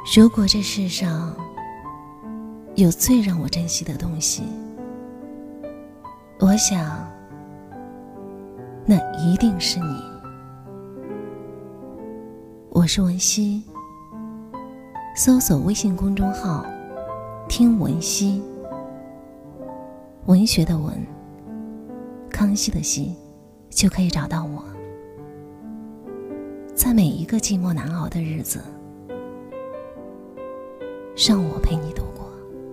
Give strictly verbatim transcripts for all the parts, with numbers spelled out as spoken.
如果这世上有最让我珍惜的东西，我想那一定是你。我是文熙，搜索微信公众号听文熙，文学的文，康熙的熙，就可以找到我。在每一个寂寞难熬的日子，让我陪你度过。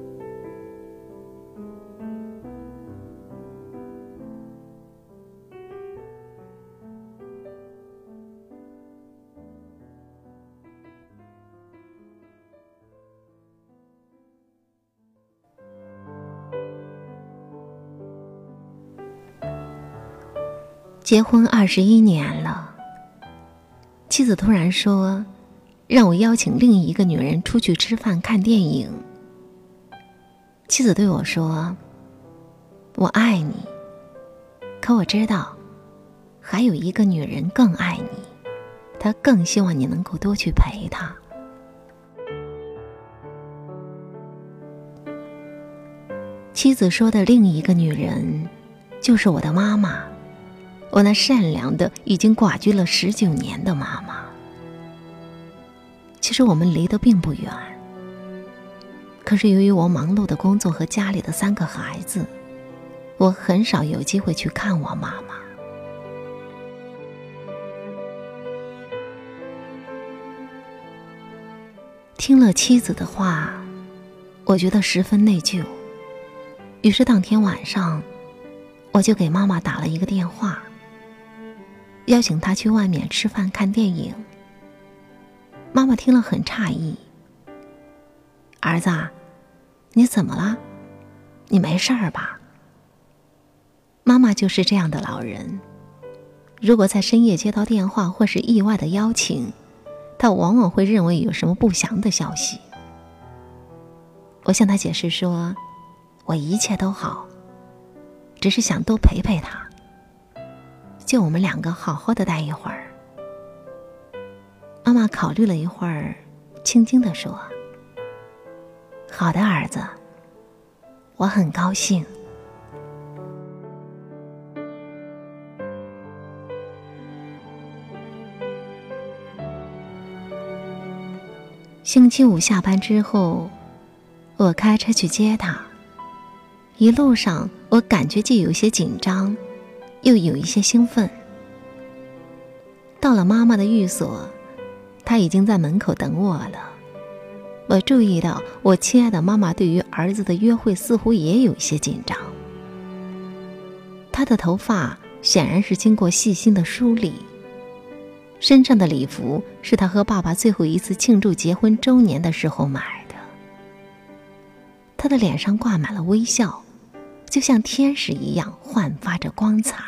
结婚二十一年了，妻子突然说让我邀请另一个女人出去吃饭看电影。妻子对我说，我爱你，可我知道还有一个女人更爱你，她更希望你能够多去陪她。妻子说的另一个女人就是我的妈妈，我那善良的已经寡居了十九年的妈妈。其实我们离得并不远，可是由于我忙碌的工作和家里的三个孩子，我很少有机会去看我妈妈。听了妻子的话，我觉得十分内疚，于是当天晚上我就给妈妈打了一个电话，邀请她去外面吃饭看电影。妈妈听了很诧异，儿子，你怎么了？你没事儿吧？妈妈就是这样的老人，如果在深夜接到电话或是意外的邀请，她往往会认为有什么不祥的消息。我向她解释说，我一切都好，只是想多陪陪她，就我们两个好好的待一会儿。妈妈考虑了一会儿，轻轻地说，好的儿子，我很高兴。星期五下班之后，我开车去接他。一路上我感觉既有些紧张，又有一些兴奋。到了妈妈的寓所，她已经在门口等我了。我注意到我亲爱的妈妈对于儿子的约会似乎也有一些紧张。她的头发显然是经过细心的梳理，身上的礼服是她和爸爸最后一次庆祝结婚周年的时候买的。她的脸上挂满了微笑，就像天使一样焕发着光彩。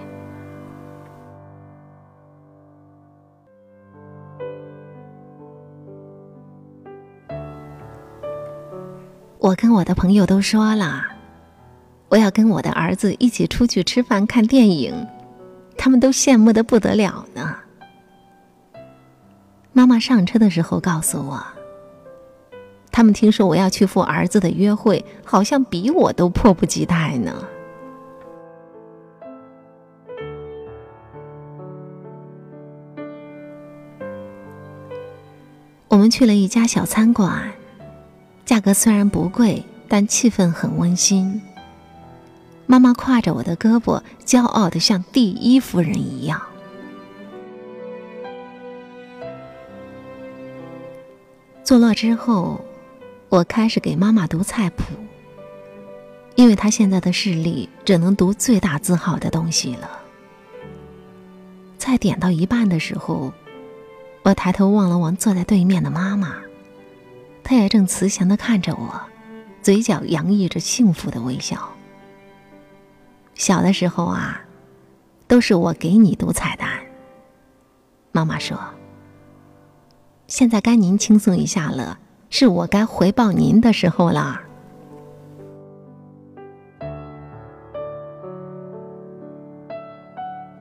我跟我的朋友都说了，我要跟我的儿子一起出去吃饭看电影，他们都羡慕得不得了呢。妈妈上车的时候告诉我，他们听说我要去赴儿子的约会，好像比我都迫不及待呢。我们去了一家小餐馆，价格虽然不贵，但气氛很温馨。妈妈挎着我的胳膊，骄傲地像第一夫人一样。坐落之后，我开始给妈妈读菜谱，因为她现在的视力只能读最大字号的东西了。菜点到一半的时候，我抬头望了望坐在对面的妈妈，她也正慈祥地看着我，嘴角洋溢着幸福的微笑。小的时候啊，都是我给你读菜单。妈妈说，现在该您轻松一下了，是我该回报您的时候了。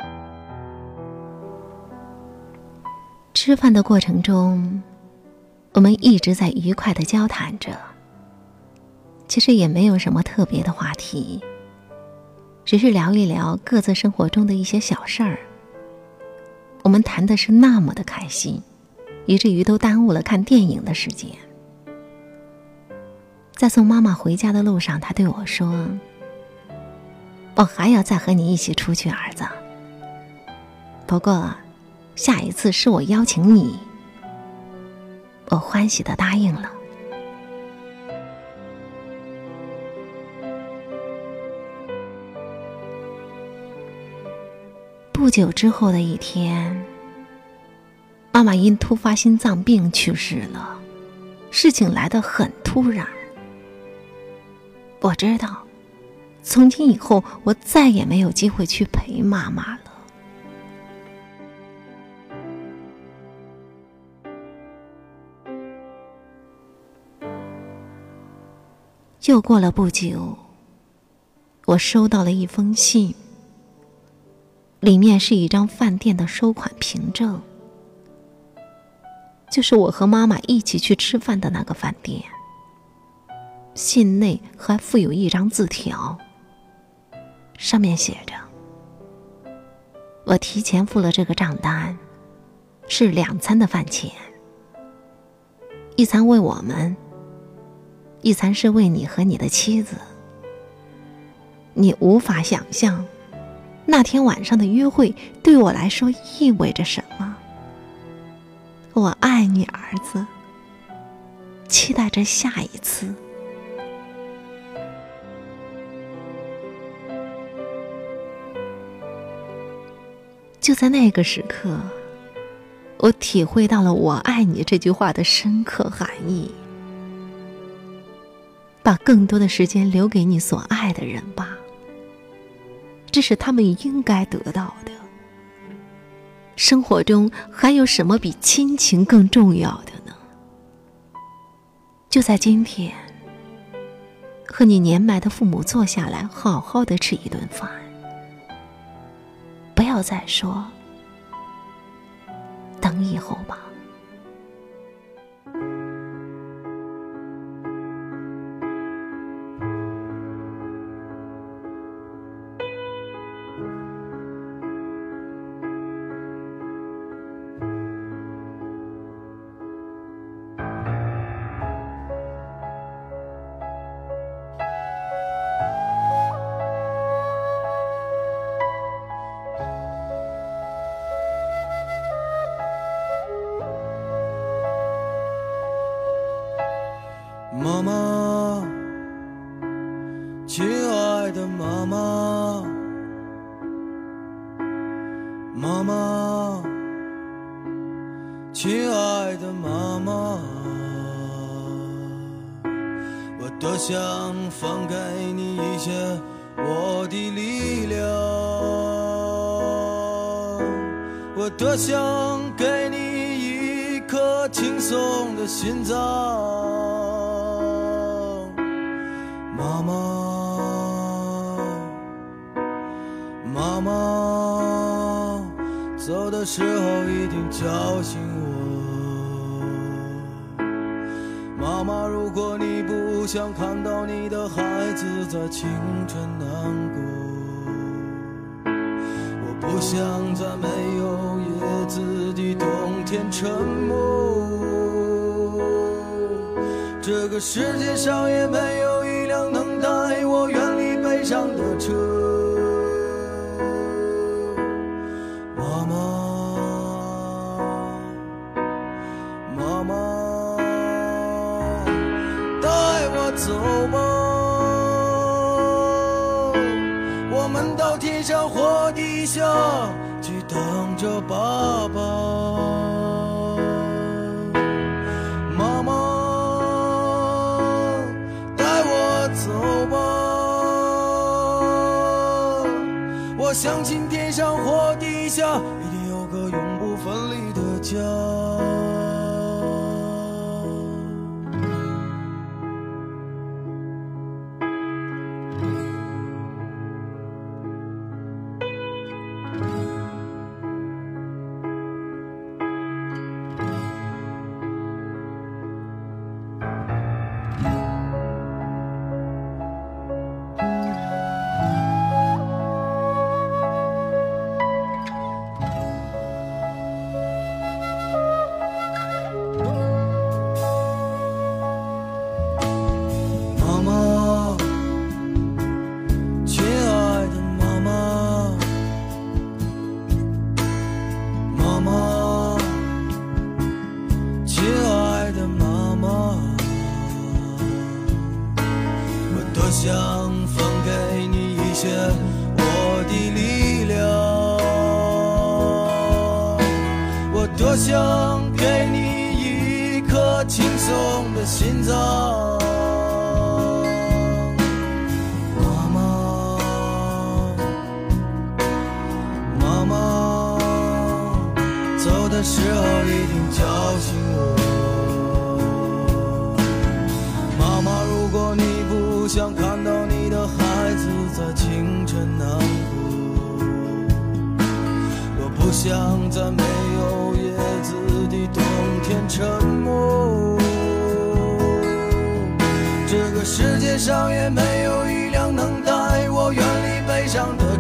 吃饭的过程中， 我们一直在愉快地交谈着，其实也没有什么特别的话题，只是聊一聊各自生活中的一些小事儿。我们谈的是那么的开心，以至于都耽误了看电影的时间。在送妈妈回家的路上，她对我说：“我还要再和你一起出去，儿子。不过，下一次是我邀请你。”我欢喜地答应了。不久之后的一天，妈妈因突发心脏病去世了，事情来得很突然。我知道，从今以后我再也没有机会去陪妈妈了。又过了不久，我收到了一封信，里面是一张饭店的收款凭证，就是我和妈妈一起去吃饭的那个饭店。信内还附有一张字条，上面写着：我提前付了这个账单，是两餐的饭钱，一餐为我们，一餐是为你和你的妻子。你无法想象那天晚上的约会对我来说意味着什么。我爱你，儿子，期待着下一次。就在那个时刻，我体会到了我爱你这句话的深刻含义。把更多的时间留给你所爱的人吧，这是他们应该得到的。生活中还有什么比亲情更重要的呢？就在今天，和你年迈的父母坐下来，好好的吃一顿饭。不要再说等以后吧。 妈妈，亲爱的妈妈，妈妈，亲爱的妈妈，我多想放给你一些我的力量，我多想给你一颗轻松的心脏。妈妈，妈妈，走的时候一定叫醒我。妈妈，如果你不想看到你的孩子在青春难过，我不想在没有叶子的冬天沉默。这个世界上也没有一辆能带我远离悲伤的车。妈妈，妈妈，带我走吧，我们到天上或地下去等着爸爸。我相信天上或地下一定有个永不分离的家。 多想给你一颗轻松的心脏。妈妈，妈妈，走的时候一定叫醒我。妈妈，如果你不想看到你的孩子在清晨难过，若不想在没有叶子的冬天沉默，这个世界上也没有一辆能带我远离悲伤的